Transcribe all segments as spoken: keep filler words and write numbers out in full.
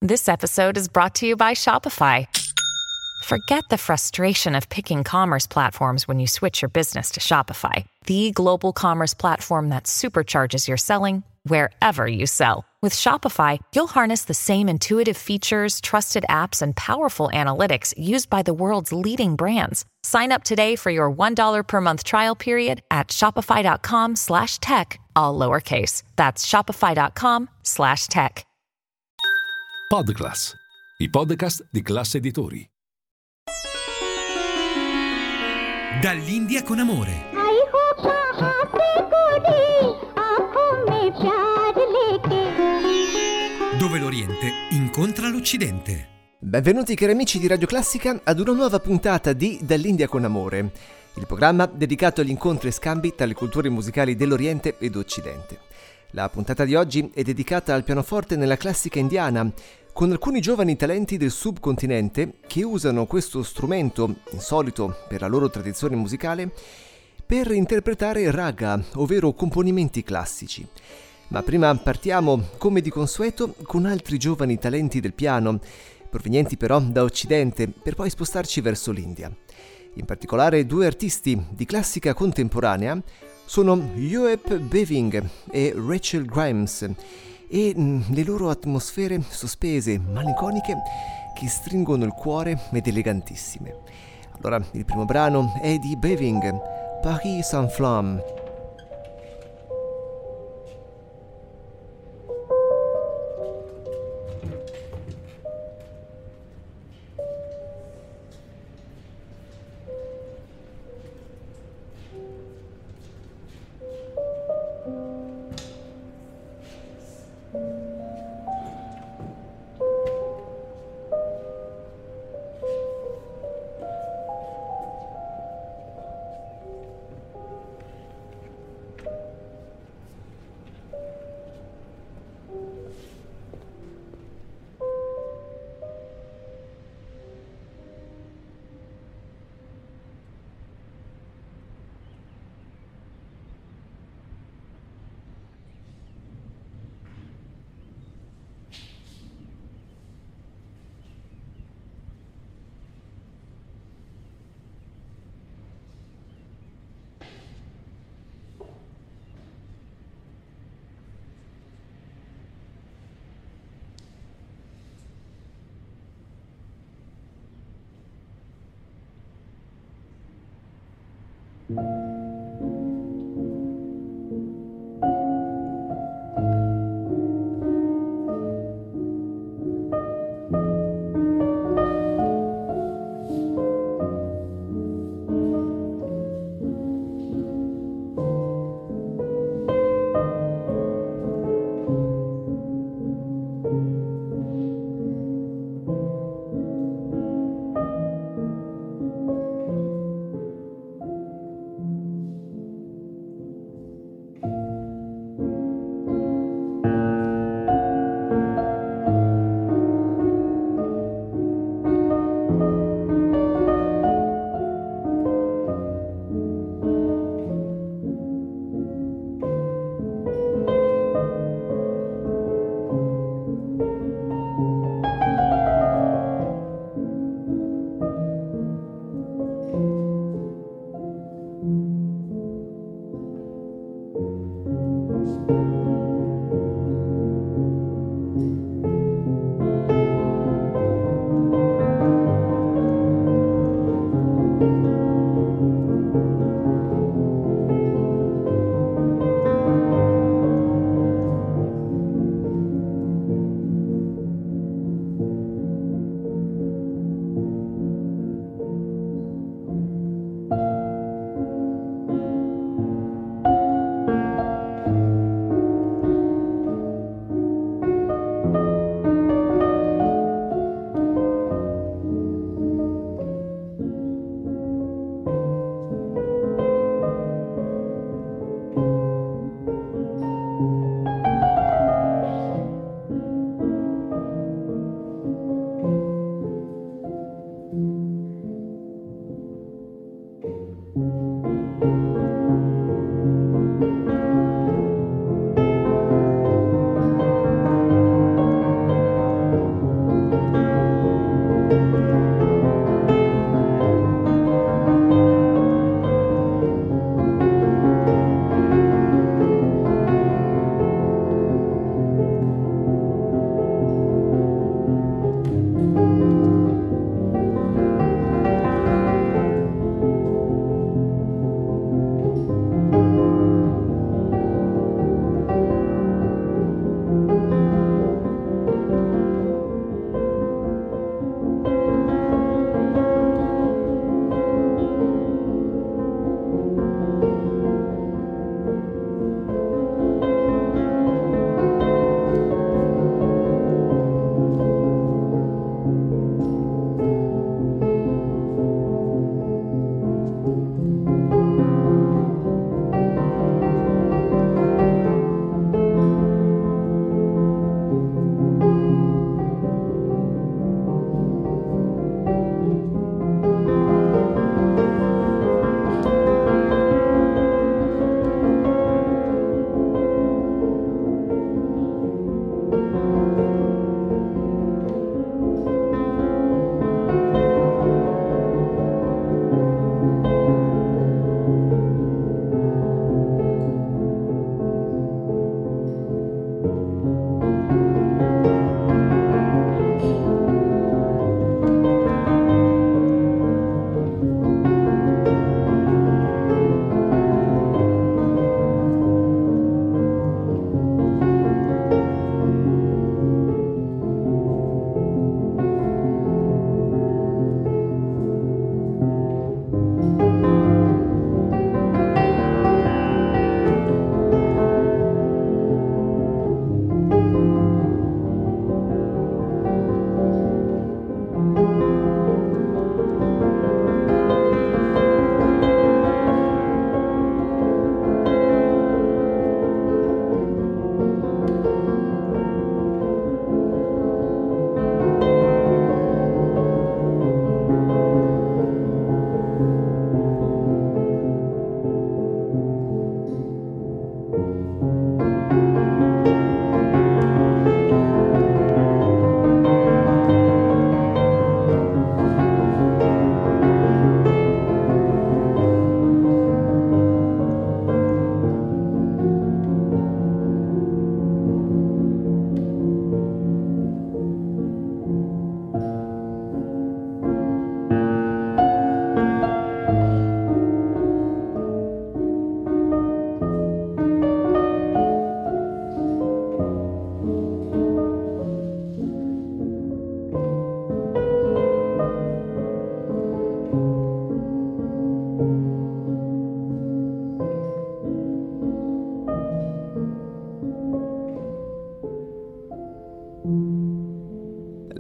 This episode is brought to you by Shopify. Forget the frustration of picking commerce platforms when you switch your business to Shopify, the global commerce platform that supercharges your selling wherever you sell. With Shopify, you'll harness the same intuitive features, trusted apps, and powerful analytics used by the world's leading brands. Sign up today for your one dollar per month trial period at shopify.com slash tech, all lowercase. That's shopify.com slash tech. Podclass, i podcast di Classe Editori. Dall'India con amore. Dove l'Oriente incontra l'Occidente. Benvenuti cari amici di Radio Classica ad una nuova puntata di Dall'India con amore, il programma dedicato agli incontri e scambi tra le culture musicali dell'Oriente ed Occidente. La puntata di oggi è dedicata al pianoforte nella classica indiana, con alcuni giovani talenti del subcontinente che usano questo strumento, insolito per la loro tradizione musicale, per interpretare raga, ovvero componimenti classici. Ma prima partiamo, come di consueto, con altri giovani talenti del piano, provenienti però da Occidente, per poi spostarci verso l'India. In particolare due artisti di classica contemporanea sono Joep Beving e Rachel Grimes, e le loro atmosfere sospese, malinconiche, che stringono il cuore ed elegantissime. Allora, il primo brano è di Beving, Paris sans flamme.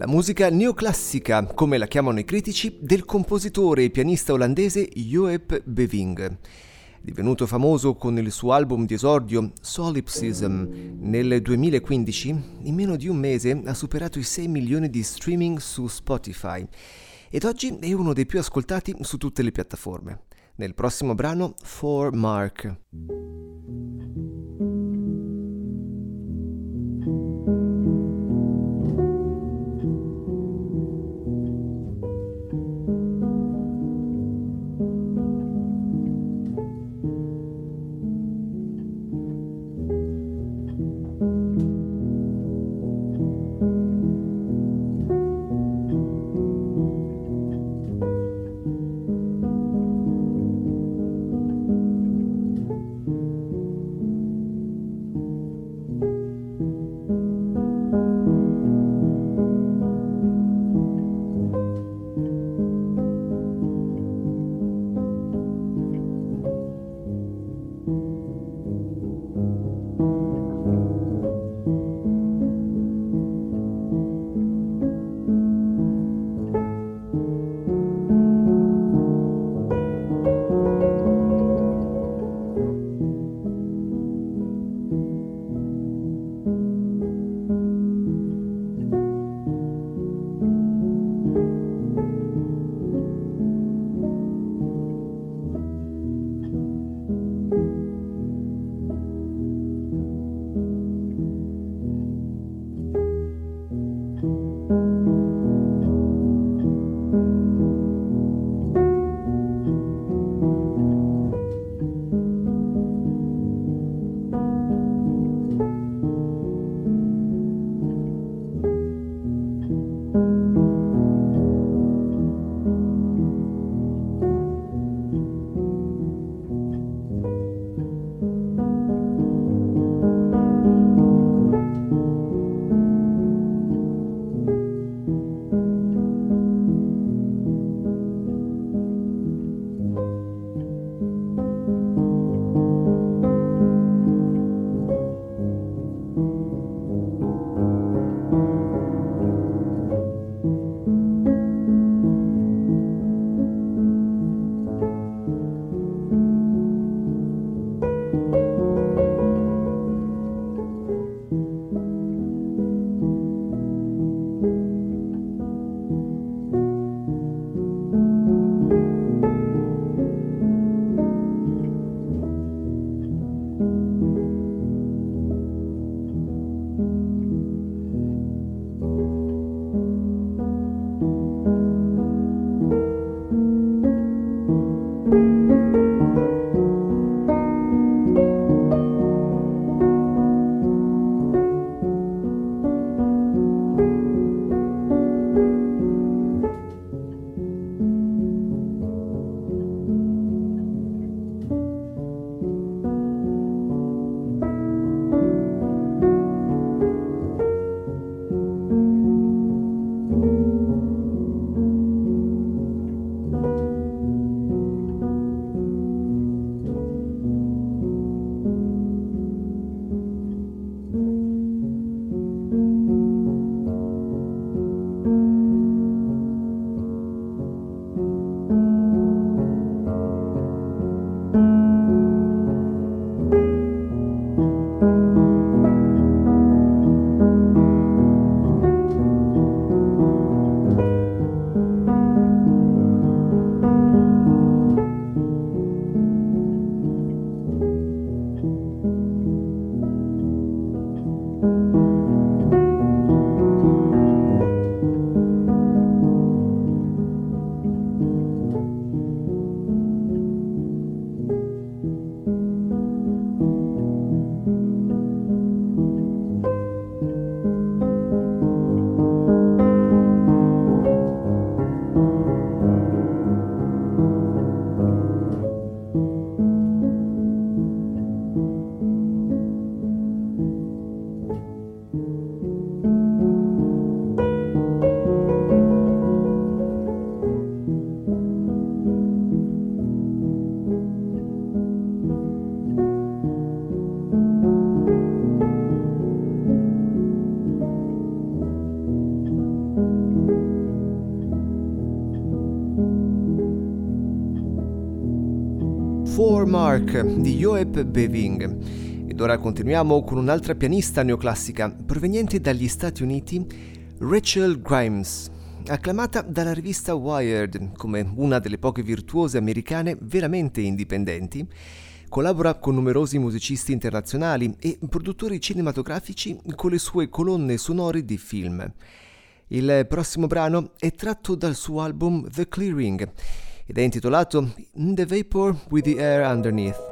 La musica neoclassica, come la chiamano i critici, del compositore e pianista olandese Joep Beving. Divenuto famoso con il suo album di esordio Solipsism nel duemilaquindici, in meno di un mese ha superato i sei milioni di streaming su Spotify ed oggi è uno dei più ascoltati su tutte le piattaforme. Nel prossimo brano, For Mark. Four Mark di Joep Beving. Ed ora continuiamo con un'altra pianista neoclassica proveniente dagli Stati Uniti, Rachel Grimes, acclamata dalla rivista Wired come una delle poche virtuose americane veramente indipendenti. Collabora con numerosi musicisti internazionali e produttori cinematografici con le sue colonne sonore di film. Il prossimo brano è tratto dal suo album The Clearing ed è intitolato In the Vapor with the Air Underneath.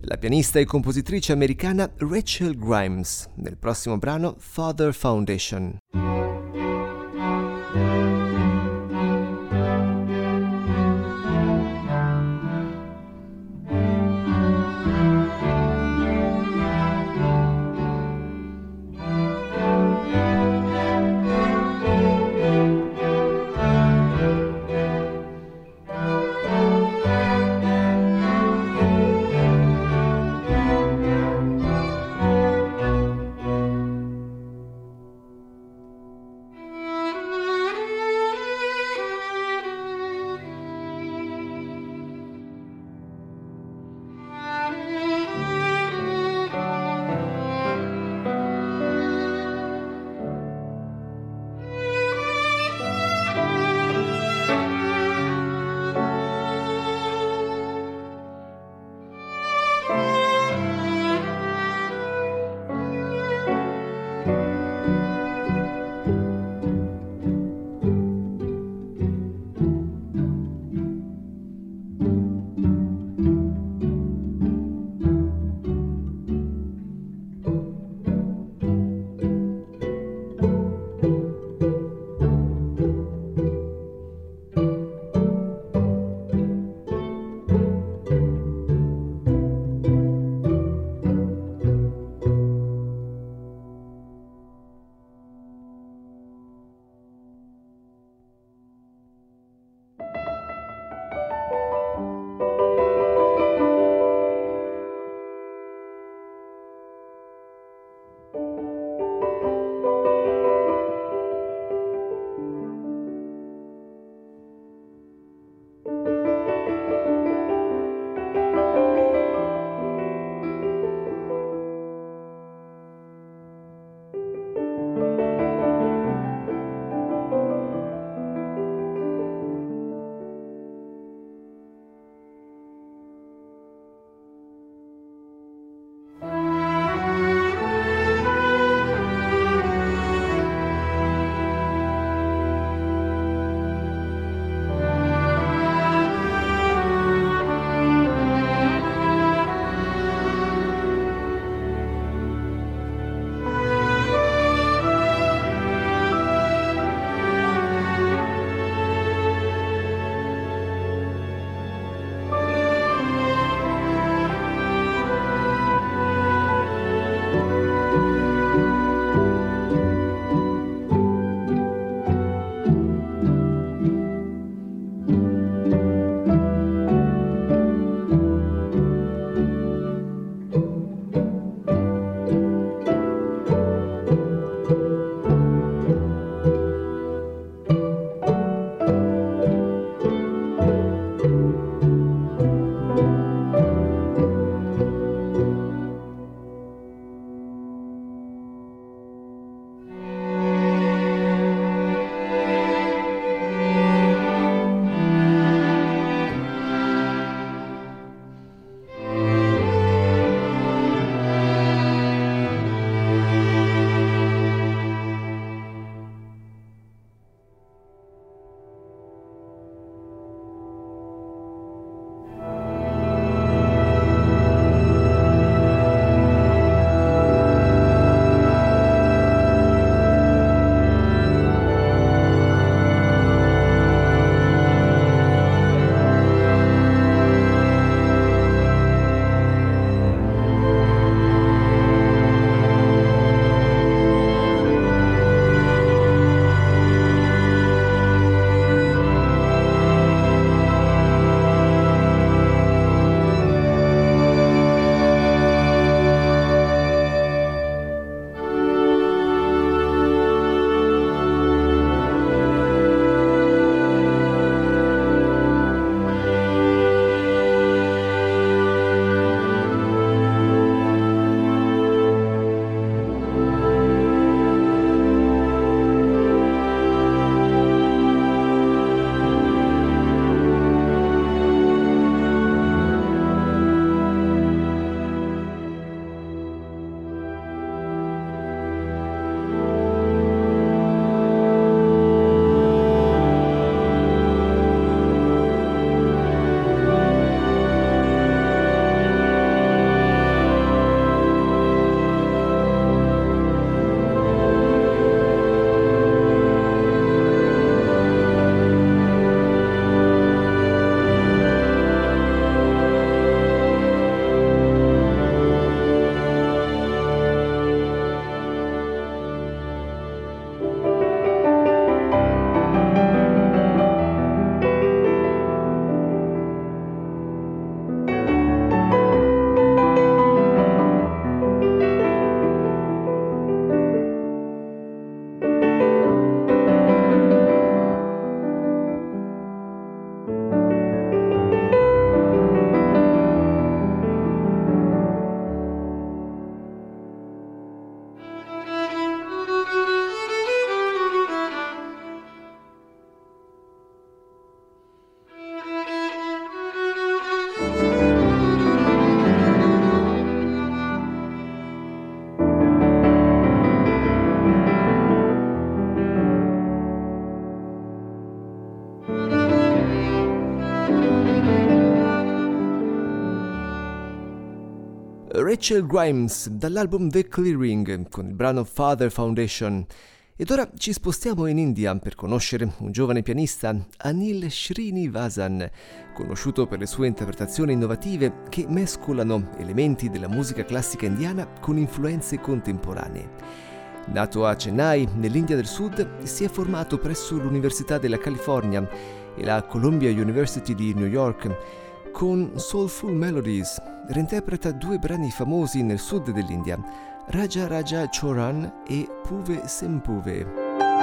la pianista e compositrice americana Rachel Grimes, nel prossimo brano Father Foundation. Rachel Grimes dall'album The Clearing con il brano Father Foundation. Ed ora ci spostiamo in India per conoscere un giovane pianista, Anil Srinivasan, conosciuto per le sue interpretazioni innovative che mescolano elementi della musica classica indiana con influenze contemporanee. Nato a Chennai, nell'India del Sud, si è formato presso l'Università della California e la Columbia University di New York. Con Soulful Melodies reinterpreta due brani famosi nel sud dell'India, Raja Raja Choran e Puve Sempuve.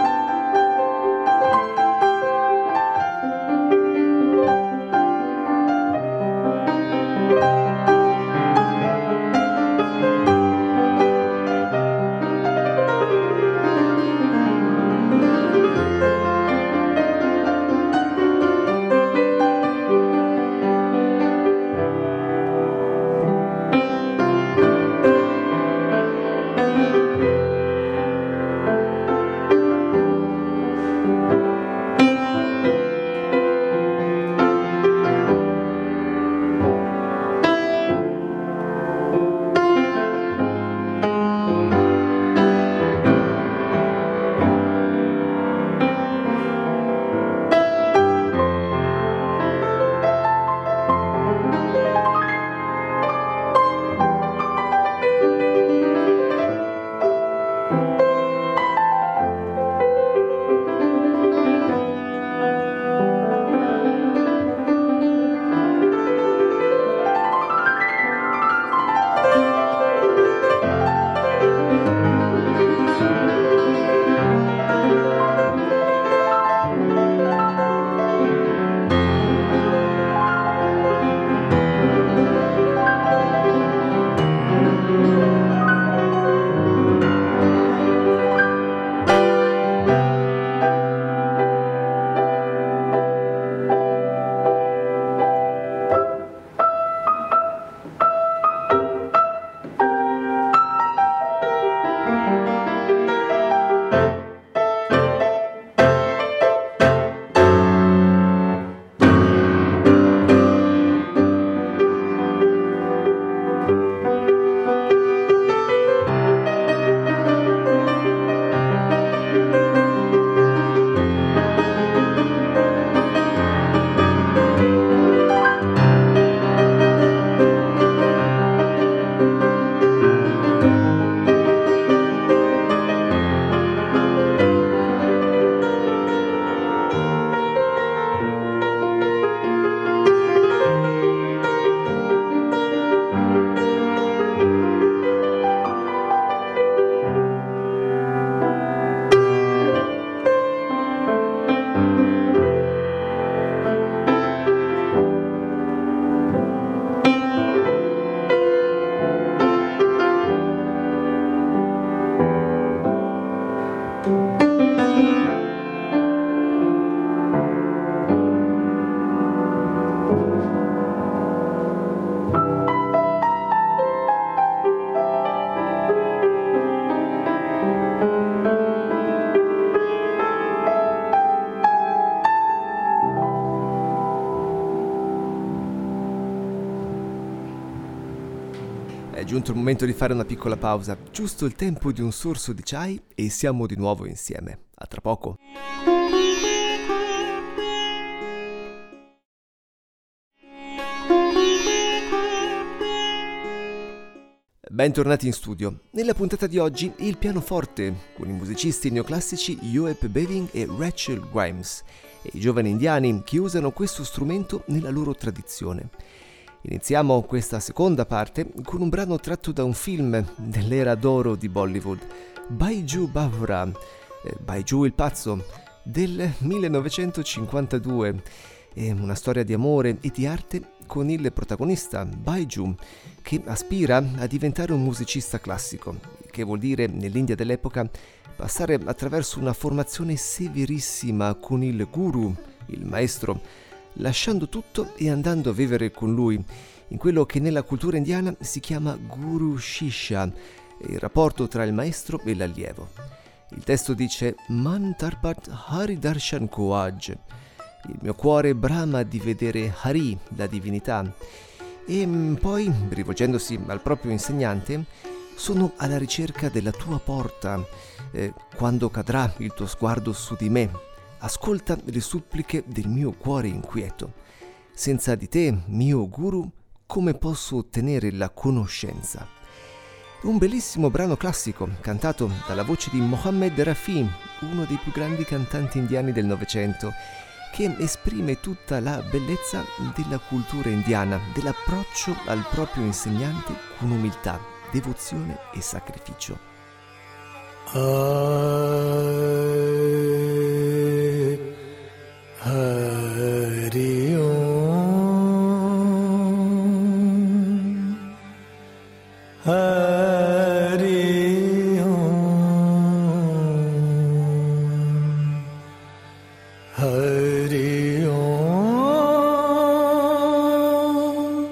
È giunto il momento di fare una piccola pausa, giusto il tempo di un sorso di chai e siamo di nuovo insieme. A tra poco. Bentornati in studio. Nella puntata di oggi il pianoforte con i musicisti neoclassici Joep Beving e Rachel Grimes e i giovani indiani che usano questo strumento nella loro tradizione. Iniziamo questa seconda parte con un brano tratto da un film dell'era d'oro di Bollywood, Baiju Bawra, eh, Baiju il pazzo, del millenovecentocinquantadue. È una storia di amore e di arte con il protagonista, Baiju, che aspira a diventare un musicista classico, che vuol dire nell'India dell'epoca passare attraverso una formazione severissima con il guru, il maestro, lasciando tutto e andando a vivere con lui, in quello che nella cultura indiana si chiama Guru Shishya, il rapporto tra il maestro e l'allievo. Il testo dice Man Tarpat Hari Darshan Ko Aaj. Il mio cuore brama di vedere Hari, la divinità. E poi, rivolgendosi al proprio insegnante, sono alla ricerca della tua porta. Eh, quando cadrà il tuo sguardo su di me, ascolta le suppliche del mio cuore inquieto. Senza di te, mio guru, come posso ottenere la conoscenza? Un bellissimo brano classico cantato dalla voce di Mohammed Rafi, uno dei più grandi cantanti indiani del Novecento, che esprime tutta la bellezza della cultura indiana, dell'approccio al proprio insegnante con umiltà, devozione e sacrificio. Hari Om, Hari Om, Hari Om,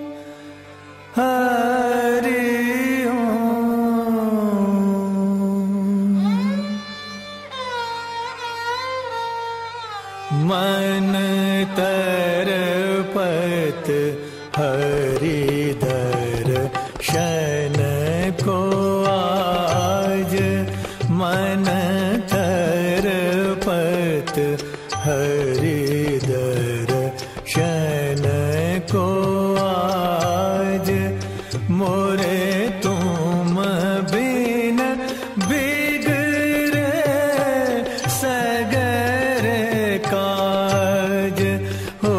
Hari Om. मन तरपत हरि दर्शन को आज, मन तरपत हरि दर्शन को आज, मोरे तुम बिन बिगड़े सगर काज। हो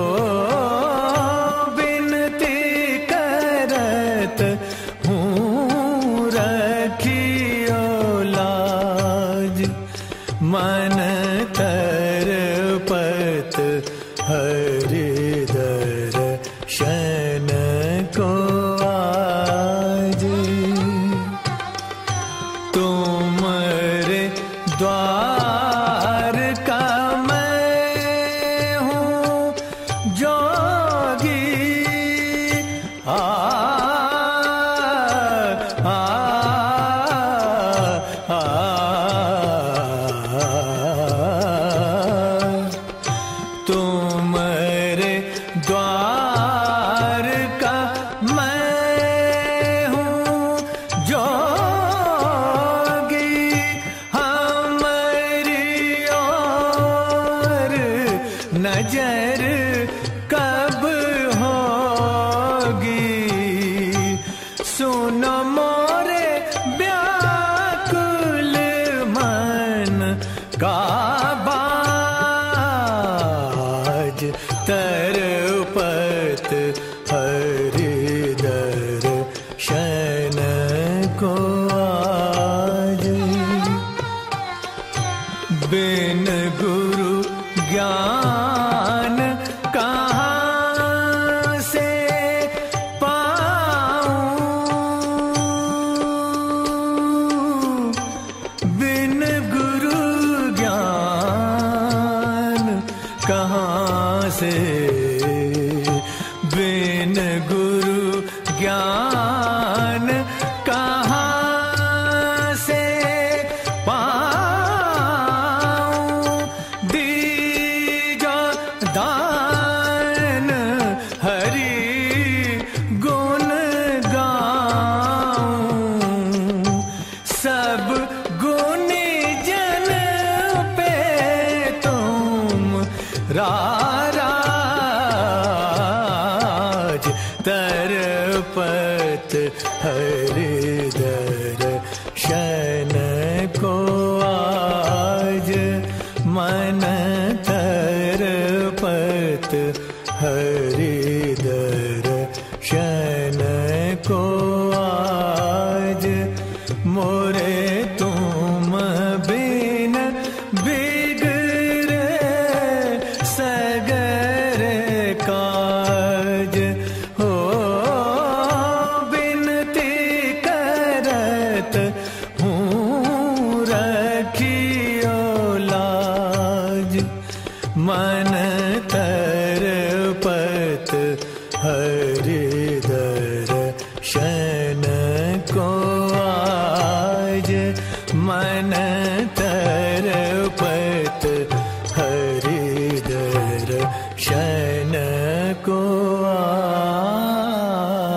बिनती करत हूँ रखियो लाज, मन तरपत हरि दर्शन को आज। तुमरे द्वार का मैं हूँ जोगी, आ आ आ तुमरे द्वार का मैं हूँ जोगी, हमारी ओर नजर कब होगी। सुनो मोरे व्याकुल मन का बाज, तरपत हरि दर्शन को आज। बिन गुरु ज्ञान कहाँ से पाऊं, बिन गुरु ज्ञान कहाँ से, बिन गुरु ज्ञान कहाँ से पाऊं। दीजो दान हरि गुण गाऊं, सब गुणी जन पे तुम राज, तरपत हरि दर्शन को आज, मन तरपत हरि दर्शन को आज, मोरे तुम बिन बिगड़े सगर काज। हो बिनती करत हूँ रखियो लाज, मन तरपत हरि दर्शन को आज, मन तरपत हरि दर्शन को आज।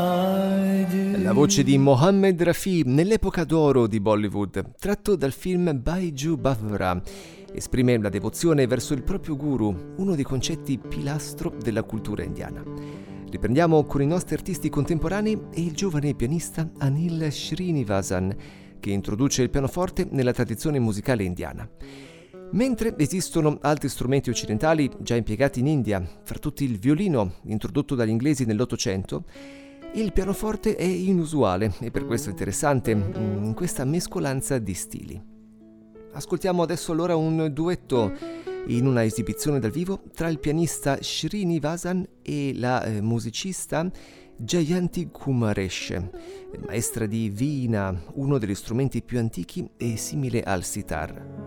voce di Mohammed Rafi nell'epoca d'oro di Bollywood, tratto dal film Baiju Bawra. Esprime la devozione verso il proprio guru, uno dei concetti pilastro della cultura indiana. Riprendiamo con i nostri artisti contemporanei e il giovane pianista Anil Srinivasan, che introduce il pianoforte nella tradizione musicale indiana. Mentre esistono altri strumenti occidentali già impiegati in India, fra tutti il violino, introdotto dagli inglesi nell'Ottocento, il pianoforte è inusuale e per questo interessante in questa mescolanza di stili. Ascoltiamo adesso allora un duetto in una esibizione dal vivo tra il pianista Srinivasan e la eh, musicista Jayanti Kumaresh, maestra di Veena, uno degli strumenti più antichi e simile al sitar.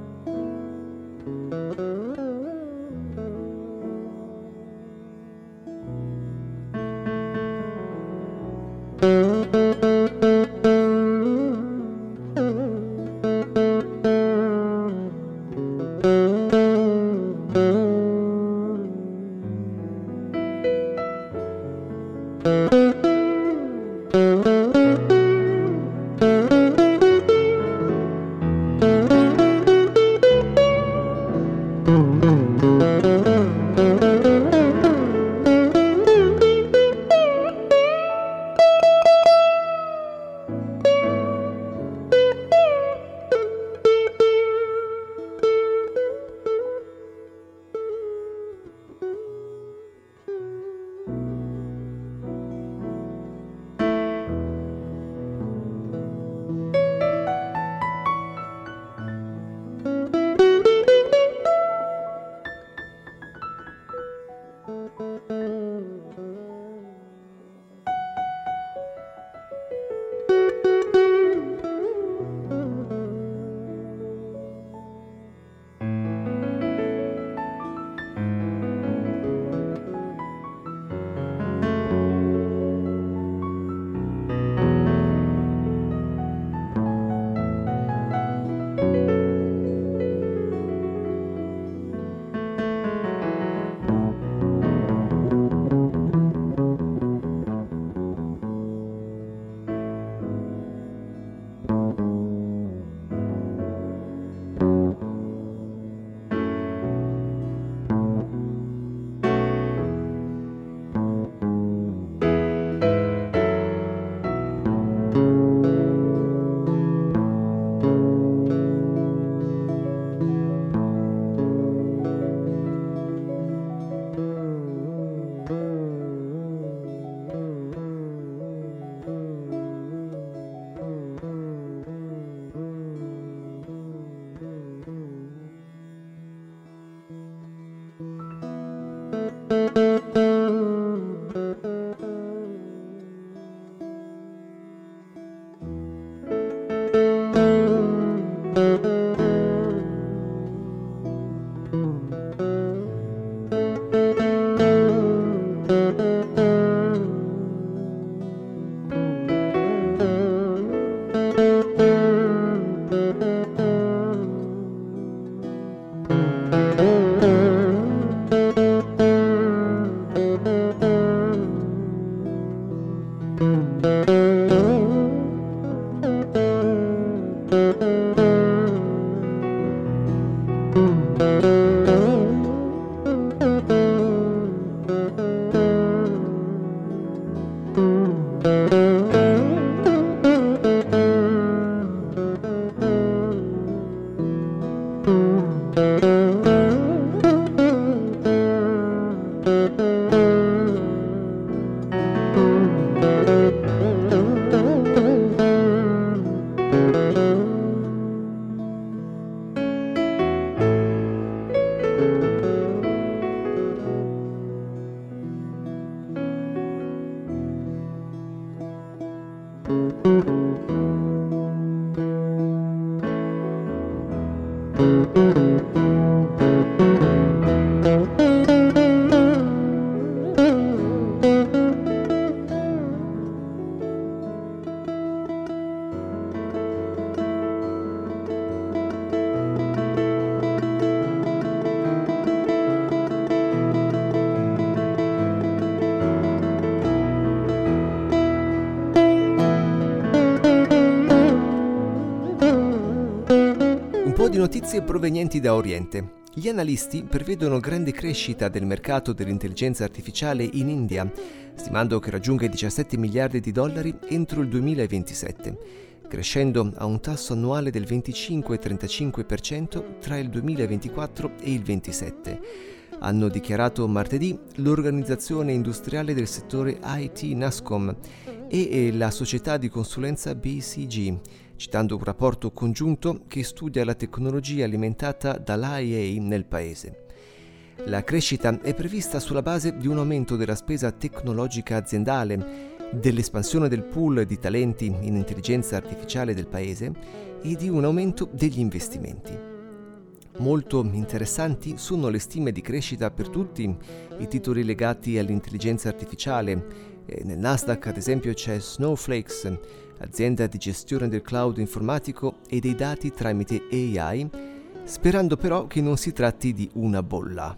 Un po' di notizie provenienti da Oriente. Gli analisti prevedono grande crescita del mercato dell'intelligenza artificiale in India, stimando che raggiunga i diciassette miliardi di dollari entro il duemilaventisette, crescendo a un tasso annuale del venticinque-trentacinque per cento tra il duemilaventiquattro e il ventisette. Hanno dichiarato martedì l'organizzazione industriale del settore I T Nascom e la società di consulenza B C G, citando un rapporto congiunto che studia la tecnologia alimentata dall'I A nel paese. La crescita è prevista sulla base di un aumento della spesa tecnologica aziendale, dell'espansione del pool di talenti in intelligenza artificiale del paese e di un aumento degli investimenti. Molto interessanti sono le stime di crescita per tutti i titoli legati all'intelligenza artificiale. Nel Nasdaq, ad esempio, c'è Snowflakes, azienda di gestione del cloud informatico e dei dati tramite A I, sperando però che non si tratti di una bolla.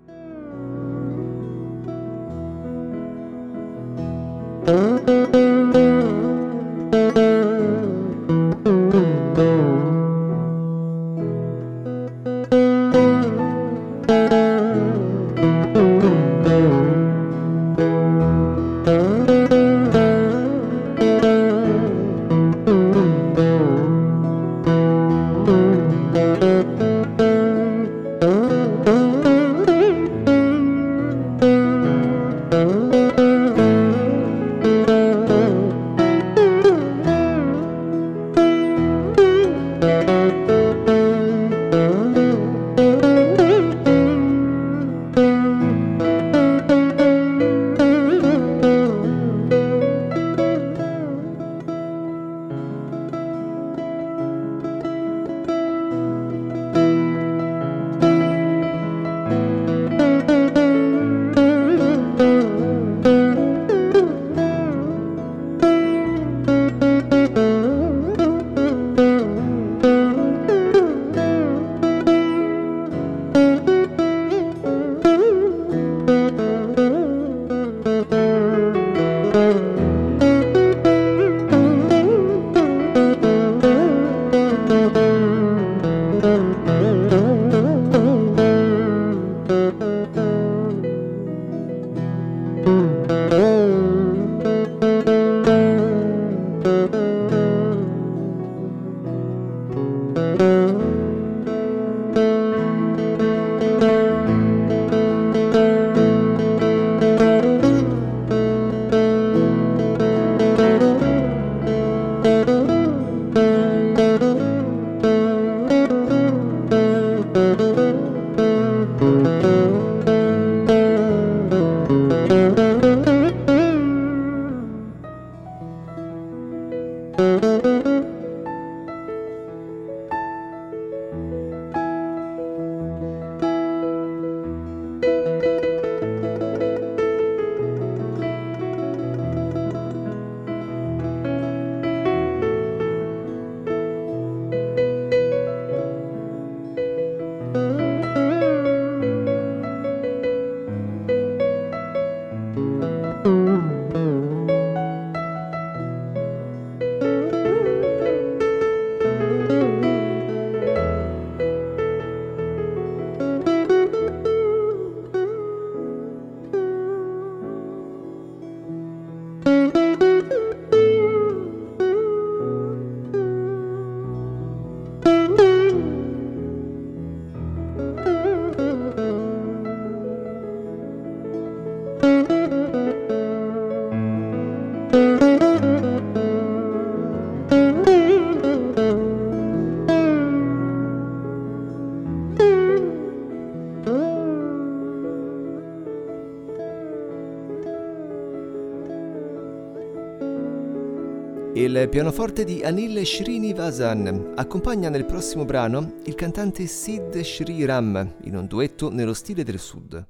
Il pianoforte di Anil Srinivasan accompagna nel prossimo brano il cantante Sid Sriram in un duetto nello stile del Sud.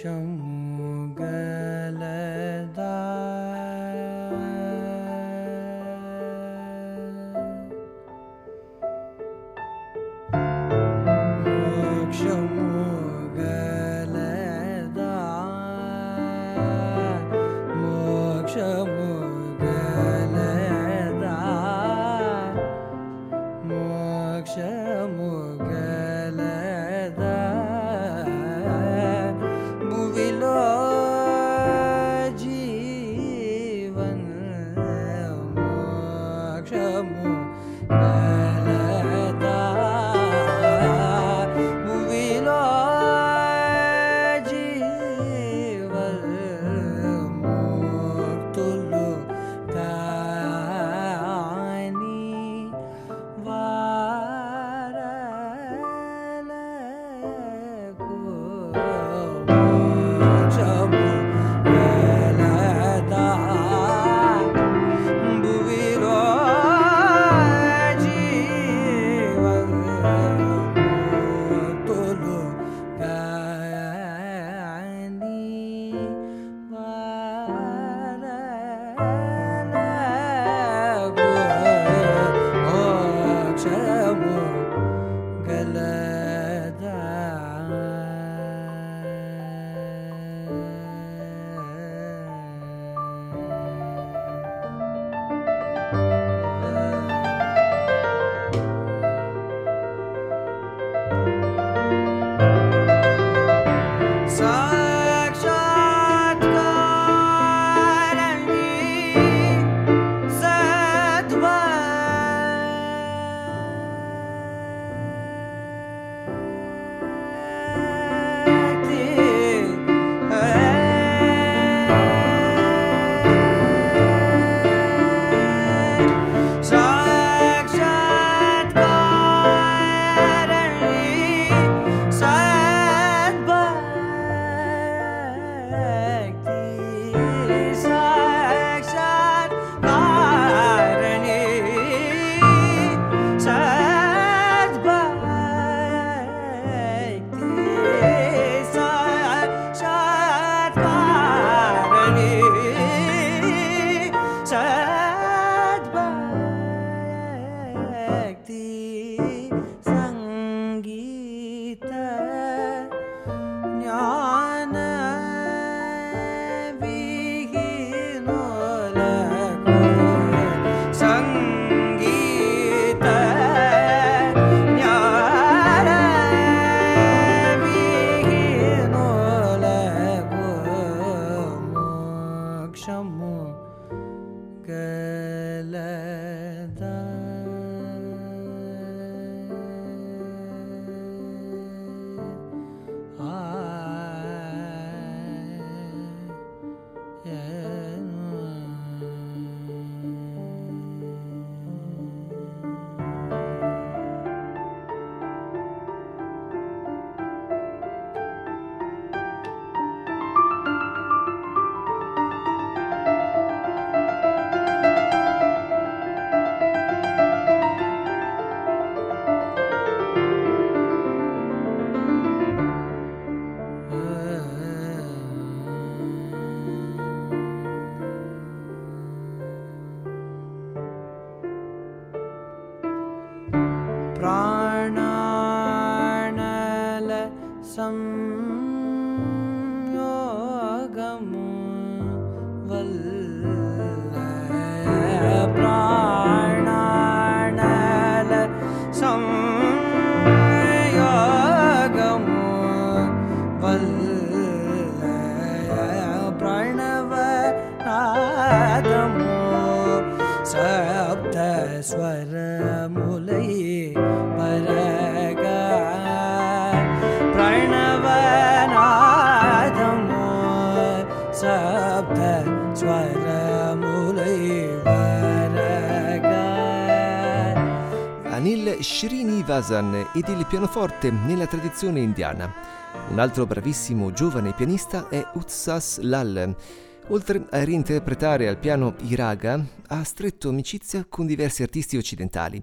Anil Srinivasan ed il pianoforte nella tradizione indiana. Un altro bravissimo giovane pianista è Utsash Lal. Oltre a reinterpretare al piano i raga, ha stretto amicizia con diversi artisti occidentali.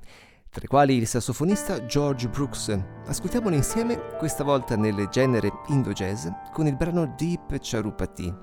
tra i quali il sassofonista George Brooks. Ascoltiamolo insieme, questa volta nel genere Indo-jazz, con il brano Deep Charupati.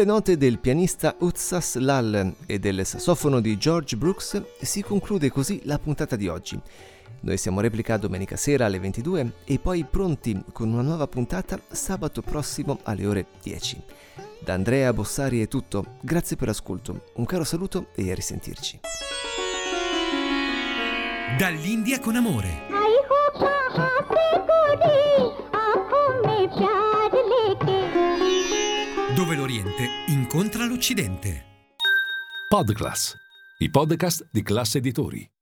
Sulle note del pianista Utzas Lal e del sassofono di George Brooks si conclude così la puntata di oggi. Noi siamo replica domenica sera alle ventidue e poi pronti con una nuova puntata sabato prossimo alle ore dieci. Da Andrea Bossari è tutto, grazie per l'ascolto, un caro saluto e a risentirci. Dall'India con amore. Dove l'Oriente incontra l'Occidente. Podclass, i podcast di Classe Editori.